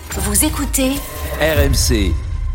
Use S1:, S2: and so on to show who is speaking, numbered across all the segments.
S1: Vous écoutez
S2: RMC.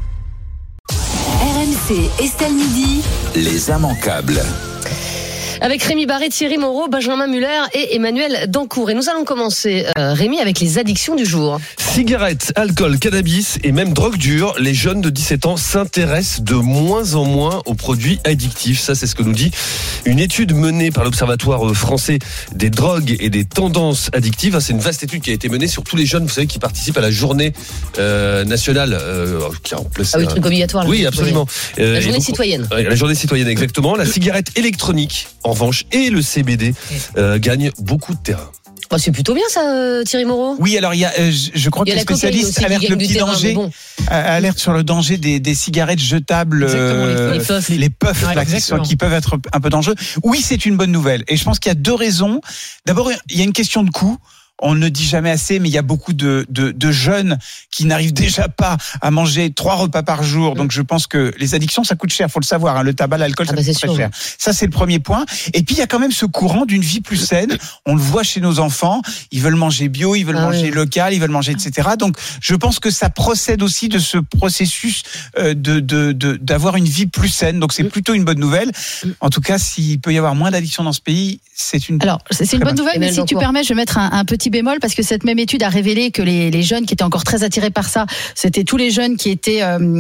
S1: RMC Estelle Midi.
S2: Les immanquables.
S3: Avec Rémi Barré, Thierry Moreau, Benjamin Muller et Emmanuel Dancourt. Et nous allons commencer, Rémi, avec les addictions du jour.
S4: Cigarettes, alcool, cannabis et même drogue dure, les jeunes de 17 ans s'intéressent de moins en moins aux produits addictifs. Ça, c'est ce que nous dit une étude menée par l'Observatoire français des drogues et des tendances addictives. C'est une vaste étude qui a été menée sur tous les jeunes, vous savez, qui participent à la journée nationale. Qui a remplacé
S3: le truc obligatoire.
S4: Oui, absolument.
S3: La journée citoyenne.
S4: La journée citoyenne, exactement. La cigarette électronique, en revanche, et le CBD gagnent beaucoup de terrain.
S3: Oh, c'est plutôt bien ça, Thierry Moreau.
S5: Oui, alors je crois que les spécialistes alertent le petit danger, alertent sur le danger des cigarettes jetables, les puffs qui peuvent être un peu dangereux. Oui, c'est une bonne nouvelle. Et je pense qu'il y a deux raisons. D'abord, il y a une question de coût. On ne le dit jamais assez, mais il y a beaucoup de jeunes qui n'arrivent déjà pas à manger 3 repas par jour. Donc je pense que les addictions, ça coûte cher, faut le savoir. Le tabac, l'alcool, ça coûte très cher. Ça, c'est le premier point. Et puis il y a quand même ce courant d'une vie plus saine. On le voit chez nos enfants. Ils veulent manger bio, ils veulent manger local, ils veulent manger, etc. Donc je pense que ça procède aussi de ce processus d'avoir une vie plus saine. Donc c'est plutôt une bonne nouvelle. En tout cas, s'il peut y avoir moins d'addictions dans ce pays, c'est une
S6: bonne nouvelle. Mais si tu permets, je vais mettre un petit bémol, parce que cette même étude a révélé que les jeunes qui étaient encore très attirés par ça, c'était tous les jeunes qui étaient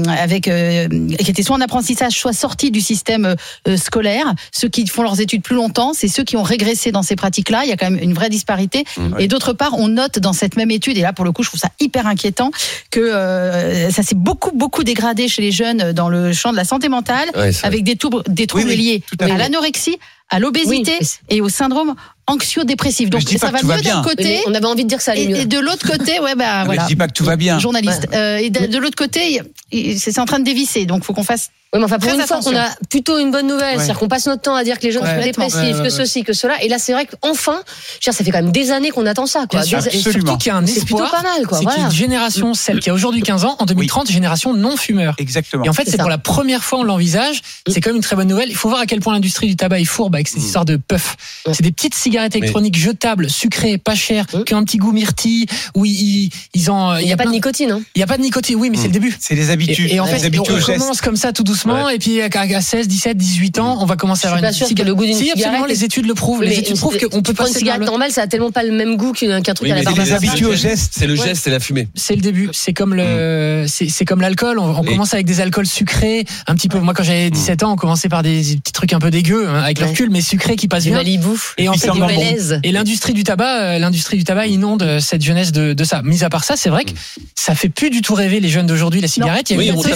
S6: qui étaient soit en apprentissage, soit sortis du système scolaire. Ceux qui font leurs études plus longtemps, c'est ceux qui ont régressé dans ces pratiques-là. Il y a quand même une vraie disparité. Et d'autre part, on note dans cette même étude, et là pour le coup, je trouve ça hyper inquiétant, que ça s'est beaucoup dégradé chez les jeunes dans le champ de la santé mentale, avec des troubles liés à l'anorexie, à l'obésité et au syndrome anxio-dépressif. Donc ça va mieux d'un côté.
S3: On avait envie de dire ça allait mieux.
S6: Et de l'autre côté, voilà.
S5: Je dis pas que tout va bien.
S6: Journaliste. Et de l'autre côté, c'est en train de dévisser. Donc faut qu'on fasse.
S3: Oui, mais enfin, pour une fois qu'on a plutôt une bonne nouvelle, c'est-à-dire qu'on passe notre temps à dire que les jeunes sont dépressifs, que ceci, que cela, et là c'est vrai qu'enfin, ça fait quand même des années qu'on attend ça, quoi.
S7: Et surtout qu'il y a un espoir,
S3: pas mal, quoi.
S7: C'est qu'il y a une génération, celle qui a aujourd'hui 15 ans, en 2030, génération non-fumeur.
S5: Exactement.
S7: Et en fait, c'est pour la première fois on l'envisage, c'est quand même une très bonne nouvelle. Il faut voir à quel point l'industrie du tabac est fourbe avec ces histoires de puffs. C'est des petites cigarettes électroniques jetables, sucrées, pas chères, qui ont un petit goût myrtille, où ils ont...
S3: Il n'y a pas de nicotine, hein.
S7: Il n'y a pas de nicotine, oui, mais c'est le début.
S5: C'est les habitudes.
S7: Et en fait, on commence comme ça tout doucement, et puis à 16, 17, 18 ans, on va commencer à avoir une cigarette.
S3: Le goût d'une
S7: cigarette. Absolument, les études le prouvent. Les études prouvent qu'on peut passer.
S3: Une cigarette normale, ça a tellement pas le même goût qu'un truc à la barbe.
S5: Les habitudes au geste.
S4: C'est le geste, c'est la fumée.
S7: C'est le début. C'est comme l'alcool. On commence avec des alcools sucrés, un petit peu. Moi, quand j'avais 17 ans, on commençait par des petits trucs un peu dégueux, avec le recul, mais sucrés qui passent bien.
S3: Et en fait,
S7: et l'industrie du tabac inonde cette jeunesse de ça. Mis à part ça, c'est vrai que ça fait plus du tout rêver les jeunes d'aujourd'hui, la cigarette.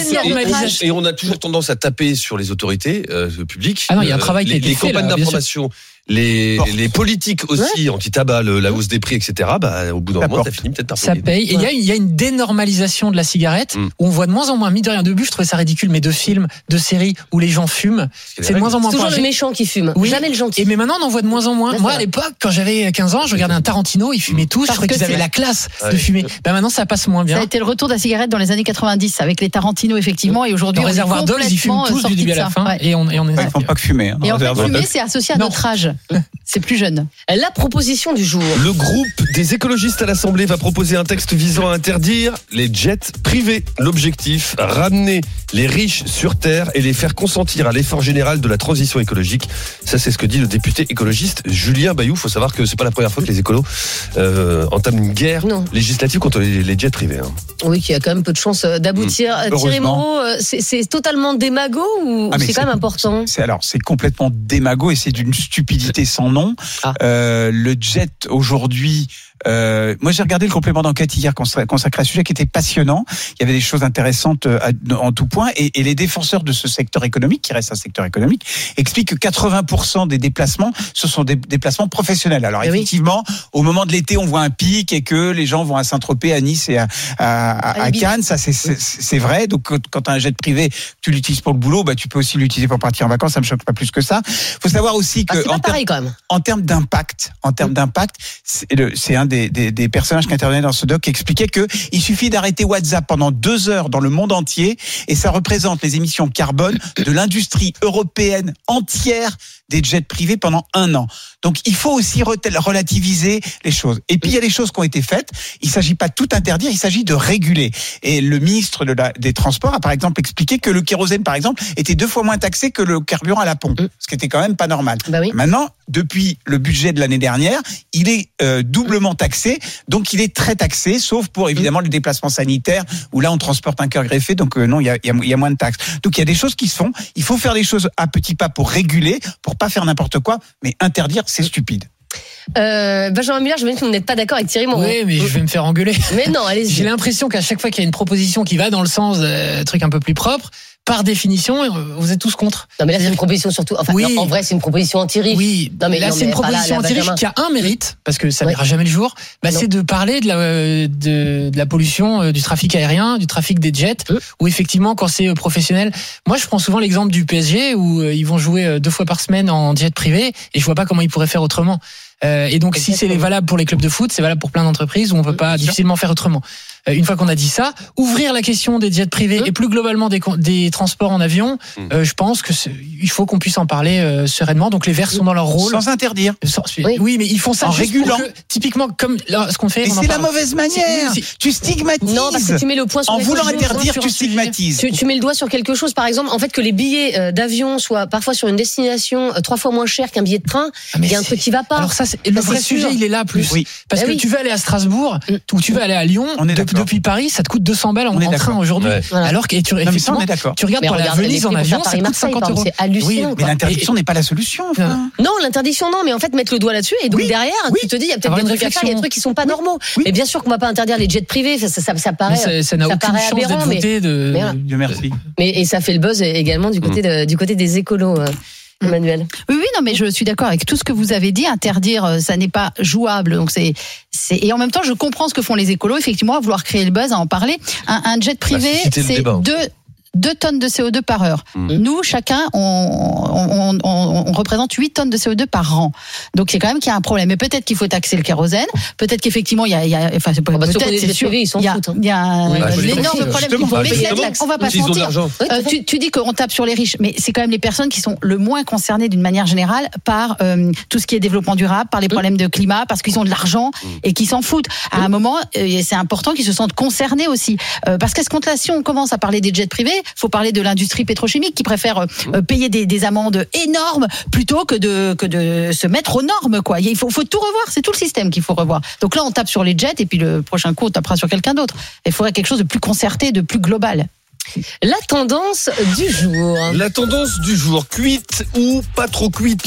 S4: Et on a toujours tendance à taper sur les autorités publiques.
S7: Ah non, il y a un travail qui a été fait.
S4: Les campagnes d'information, les politiques aussi, anti-tabac, la hausse des prix, etc. Au bout d'un moment, ça finit peut-être par
S7: ça paye. Et il y a une dénormalisation de la cigarette où on voit de moins en moins, mine de rien, de but, je trouvais ça ridicule, mais de films, de séries où les gens fument, c'est de moins en moins.
S3: C'est toujours le méchant qui fume, jamais le gentil.
S7: Mais maintenant, on en voit de moins en moins. Moi, à l'époque, quand j'avais 15 ans, je regardais un Tarantino, ils fumaient tous, je trouvais qu'ils avaient la classe de fumer. Maintenant, ça passe moins bien.
S6: Ça a été le retour de la cigarette dans les années 90 avec les Tarantino, effectivement, et aujourd'hui,
S7: dans Réservoir Dogs, ils fument tous du début à la fin, et on est.
S5: Ils font pas que fumer.
S6: Et en fait, fumer, c'est associé à notre âge. C'est plus jeune.
S3: La proposition du jour.
S4: Le groupe des écologistes à l'Assemblée va proposer un texte visant à interdire les jets privés. L'objectif, ramener les riches sur Terre et les faire consentir à l'effort général de la transition écologique. Ça, c'est ce que dit le député écologiste Julien Bayou. Il faut savoir que c'est pas la première fois que les écolos entament une guerre législative contre les jets privés.
S3: Oui, qui a quand même peu de chances d'aboutir. Thierry Moreau, c'est totalement démago ou c'est quand même important?
S5: C'est complètement démago et c'est d'une stupidité sans nom. Le jet aujourd'hui, moi j'ai regardé le complément d'enquête hier consacré à ce sujet qui était passionnant. Il y avait des choses intéressantes en tout point et les défenseurs de ce secteur économique, qui reste un secteur économique, expliquent que 80% des déplacements, ce sont des déplacements professionnels. Alors effectivement, au moment de l'été, on voit un pic et que les gens vont à Saint-Tropez, à Nice et à Cannes. Ça c'est vrai. Donc quand tu as un jet privé, tu l'utilises pour le boulot, tu peux aussi l'utiliser pour partir en vacances. Ça me choque pas plus que ça. Faut savoir aussi que
S3: c'est pas pareil quand même.
S5: En termes d'impact, c'est un des personnages qui intervenaient dans ce doc expliquait que il suffit d'arrêter WhatsApp pendant 2 heures dans le monde entier et ça représente les émissions carbone de l'industrie européenne entière des jets privés pendant 1 an. Donc il faut aussi relativiser les choses. Et puis il y a des choses qui ont été faites. Il ne s'agit pas de tout interdire, il s'agit de réguler. Et le ministre des Transports a par exemple expliqué que le kérosène par exemple était 2 fois moins taxé que le carburant à la pompe, ce qui était quand même pas normal.
S3: Bah oui.
S5: Maintenant, depuis le budget de l'année dernière, il est doublement taxé, donc il est très taxé, sauf pour évidemment le déplacement sanitaire où là on transporte un cœur greffé, donc non, il y a moins de taxes. Donc il y a des choses qui se font. Il faut faire des choses à petits pas pour réguler, pour pas faire n'importe quoi, mais interdire, c'est stupide.
S3: Benjamin Muller, je me dis que vous n'êtes pas d'accord avec Thierry Moreau.
S7: Oui, mais je vais me faire engueuler.
S3: Mais non, allez-y.
S7: J'ai l'impression qu'à chaque fois qu'il y a une proposition qui va dans le sens d'un truc un peu plus propre, par définition, vous êtes tous contre.
S3: Non, mais là, c'est une proposition surtout. Enfin,
S7: oui.
S3: non, en vrai, c'est une proposition anti-riche.
S7: Oui, non, mais là, c'est une proposition anti-riche qui a un mérite, parce que ça n'ira jamais le jour. C'est de parler de la pollution du trafic aérien, du trafic des jets, où effectivement, quand c'est professionnel. Moi, je prends souvent l'exemple du PSG, où ils vont jouer 2 fois par semaine en jet privé, et je vois pas comment ils pourraient faire autrement. Et donc, si c'est valable pour les clubs de foot, c'est valable pour plein d'entreprises où on peut pas difficilement faire autrement. Une fois qu'on a dit ça, ouvrir la question des jets privés et plus globalement des transports en avion, je pense que il faut qu'on puisse en parler sereinement. Donc les Verts sont dans leur rôle.
S5: Sans interdire.
S7: Oui, mais ils font ça
S5: en
S7: juste
S5: régulant.
S7: Typiquement comme ce qu'on fait.
S5: Et c'est la mauvaise manière. Tu stigmatises.
S3: Non, parce que tu mets le point sur
S5: en voulant interdire, tu stigmatises.
S3: Tu mets le doigt sur quelque chose, par exemple, en fait que les billets d'avion soient parfois sur une destination 3 fois moins cher qu'un billet de train. Il y a un truc qui va pas.
S7: Alors ça, le vrai sujet, il est là plus. Parce que tu veux aller à Strasbourg ou tu veux aller à Lyon. Depuis Paris, ça te coûte 200 balles en train aujourd'hui.
S4: Ouais.
S7: Alors que tu regardes pour la Venise en avion, ça coûte 50 €.
S3: C'est hallucinant.
S5: Mais l'interdiction n'est pas la solution.
S3: Non, l'interdiction non, mais en fait mettre le doigt là-dessus et donc derrière, tu te dis il y a peut-être des trucs à faire, il y a des trucs qui sont pas normaux. Mais bien sûr qu'on va pas interdire les jets privés, ça paraît
S7: ça n'a aucune chance d'être voté
S5: Dieu merci.
S3: Mais et ça fait le buzz également du côté des écolos. Emmanuel.
S6: Oui, non, mais je suis d'accord avec tout ce que vous avez dit. Interdire, ça n'est pas jouable. Donc et en même temps, je comprends ce que font les écolos, effectivement, à vouloir créer le buzz, à en parler. Un jet privé, c'est 2 tonnes de CO2 par heure. Nous, chacun, on représente 8 tonnes de CO2 par an. Donc, c'est quand même qu'il y a un problème. Mais peut-être qu'il faut taxer le kérosène. Peut-être qu'effectivement, il y a enfin, c'est pas peut-être, c'est sûr.
S3: Ils s'en foutent.
S6: Il y a un énorme problème qu'il faut payer. On va pas se mentir. Tu dis qu'on tape sur les riches, mais c'est quand même les personnes qui sont le moins concernées d'une manière générale par tout ce qui est développement durable, par les problèmes de climat, parce qu'ils ont de l'argent et qu'ils s'en foutent. À un moment, c'est important qu'ils se sentent concernés aussi. Parce qu'à ce compte-là, si on commence à parler des jets privés, faut parler de l'industrie pétrochimique qui préfère payer des amendes énormes plutôt que de se mettre aux normes, quoi. Il faut tout revoir, c'est tout le système qu'il faut revoir. Donc là, on tape sur les jets et puis le prochain coup, on tapera sur quelqu'un d'autre. Il faudrait quelque chose de plus concerté, de plus global.
S3: La tendance du jour.
S4: La tendance du jour, cuite ou pas trop cuite?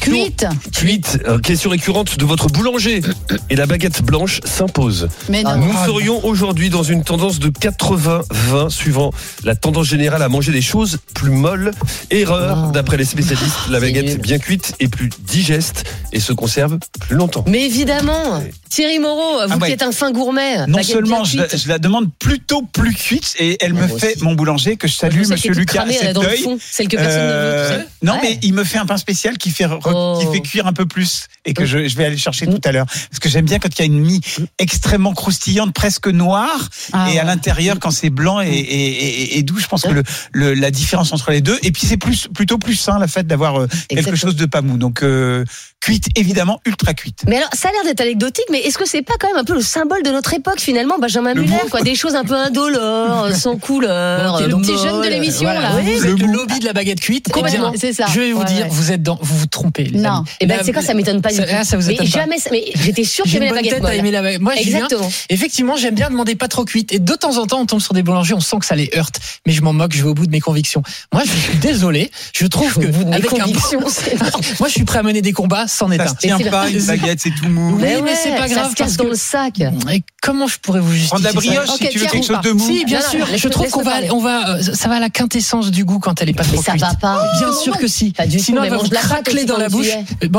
S4: Cuite, question récurrente de votre boulanger. Et la baguette blanche s'impose.
S6: Mais non.
S4: Nous serions aujourd'hui dans une tendance de 80-20 suivant la tendance générale à manger des choses plus molles. Erreur, d'après les spécialistes, la baguette bien cuite est plus digeste et se conserve plus longtemps.
S3: Mais évidemment, Thierry Moreau, vous qui êtes un fin gourmet.
S5: Non seulement je la demande plutôt plus cuite et elle me fait mon boulanger que je salue, monsieur Lucas Septeuil.
S3: Celle que personne ne veut.
S5: Non, mais il me fait un pain spécial qui fait cuire un peu plus et que je vais aller chercher tout à l'heure. Parce que j'aime bien quand il y a une mie extrêmement croustillante, presque noire, et à l'intérieur quand c'est blanc et doux. Je pense que la différence entre les deux. Et puis c'est plutôt plus sain le fait d'avoir quelque chose de pas mou. Donc cuite, évidemment, ultra cuite.
S3: Mais alors, ça a l'air d'être anecdotique, mais est-ce que c'est pas quand même un peu le symbole de notre époque finalement, Benjamin Muller, quoi, des choses un peu indolores, sans couleur.
S6: Le petit jeune de l'émission, là.
S7: Vous êtes le lobby de la baguette cuite.
S6: Complètement, c'est ça.
S7: Je vais vous dire, vous vous trompez.
S6: Non.
S3: Et ben c'est quoi, ça m'étonne pas du tout.
S7: Ça vous étonne pas.
S3: Mais j'étais sûre qu'il y avait la baguette molle.
S7: Moi, effectivement, j'aime bien demander pas trop cuite. Et de temps en temps, on tombe sur des boulangers, on sent que ça les heurte. Mais je m'en moque, je vais au bout de mes convictions. Moi, je suis désolé. Je trouve que avec moi, je suis prêt à mener des combats sans éteindre.
S5: Ça se tient pas, une baguette, c'est tout mou.
S3: Mais c'est pas grave. Ça se casse dans le sac.
S7: Et comment je pourrais vous justifier?
S5: Prendre la brioche si tu veux quelque chose de mou.
S7: Si, bien sûr. Je trouve ça va à la quintessence du goût quand elle est pas trop cuite.
S3: Mais ça va pas.
S7: Bien sûr que si. Sinon, elle va vous craquer dans la bouche. Mange-la.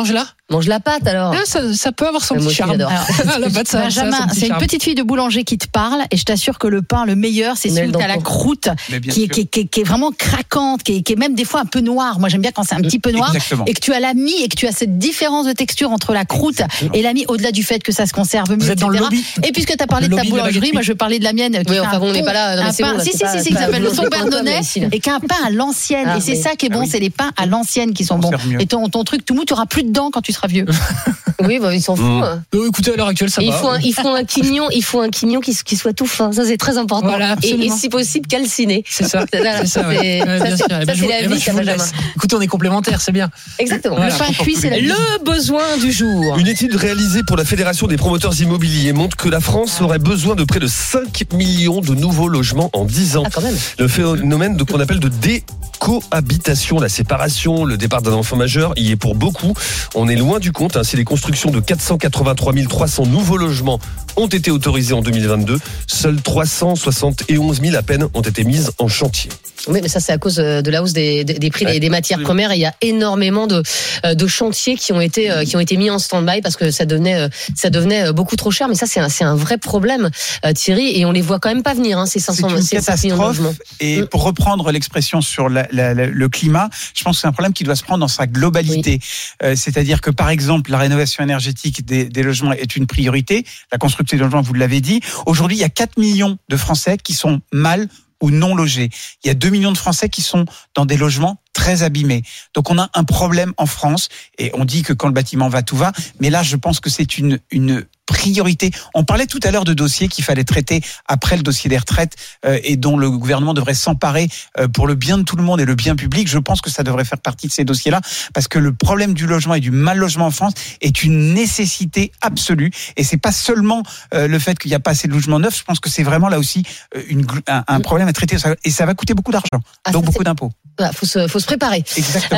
S3: Mange la pâte alors.
S7: Ça peut avoir son petit charme.
S6: Alors, la pâte, Benjamin, c'est une petite fille de boulanger qui te parle, et je t'assure que le pain le meilleur, c'est celui où t'as la croûte qui est vraiment craquante, qui est même des fois un peu noire. Moi, j'aime bien quand c'est un petit peu noir.
S5: Exactement.
S6: Et que tu as la mie et que tu as cette différence de texture entre la croûte et la mie, au-delà du fait que ça se conserve mieux.
S7: Vous êtes dans le lobby.
S6: Et puisque tu as parlé de ta boulangerie, moi je vais parler de la mienne.
S3: Oui, enfin, on n'est pas là.
S6: Un pain, si, qui s'appelle le Son Bernonnet, et qui a un pain à l'ancienne. Et c'est ça qui est bon, c'est les pains à l'ancienne qui sont bons. Et ton truc tout mou, tu n'auras plus de dents quand tu seras vieux.
S3: Oui, ils s'en foutent.
S7: Écoutez, à l'heure actuelle, ça va.
S3: Il faut un quignon qui soit tout fin. Ça, c'est très important.
S7: Voilà,
S3: et si possible, calciné.
S7: C'est ça.
S3: C'est la vie, ça va jamais.
S7: Écoutez, on est complémentaires, c'est bien.
S3: Exactement.
S6: Le pain cuit, c'est la vie.
S3: Le besoin du jour.
S4: Une étude réalisée pour la Fédération des promoteurs immobiliers montre que la France aurait besoin de près de 5 millions de nouveaux logements en 10 ans.
S3: Ah, quand même.
S4: Le phénomène qu'on appelle de décohabitation, la séparation, le départ d'un enfant majeur, y est pour beaucoup. On est loin du compte. Si les constructions de 483 300 nouveaux logements ont été autorisées en 2022, seuls 371 000 à peine ont été mises en chantier.
S3: Oui, mais ça, c'est à cause de la hausse des prix des matières premières. Et il y a énormément de chantiers qui ont été mis en stand-by parce que ça devenait beaucoup trop cher. Mais ça, c'est un vrai problème, Thierry. Et on les voit quand même pas venir, ces 500
S5: c'est une catastrophe. Et pour reprendre l'expression sur le climat, je pense que c'est un problème qui doit se prendre dans sa globalité. Oui. C'est-à-dire que, par exemple, la rénovation énergétique des logements est une priorité. La construction des logements, vous l'avez dit. Aujourd'hui, il y a 4 millions de Français qui sont mal ou non logés. Il y a 2 millions de Français qui sont dans des logements très abîmés. Donc on a un problème en France, et on dit que quand le bâtiment va, tout va. Mais là, je pense que c'est une priorité. On parlait tout à l'heure de dossiers qu'il fallait traiter après le dossier des retraites et dont le gouvernement devrait s'emparer pour le bien de tout le monde et le bien public. Je pense que ça devrait faire partie de ces dossiers-là parce que le problème du logement et du mal logement en France est une nécessité absolue. Et c'est pas seulement le fait qu'il n'y a pas assez de logements neufs. Je pense que c'est vraiment là aussi un problème à traiter et ça va coûter beaucoup d'argent, donc beaucoup d'impôts.
S3: Faut se préparer.
S5: Exactement.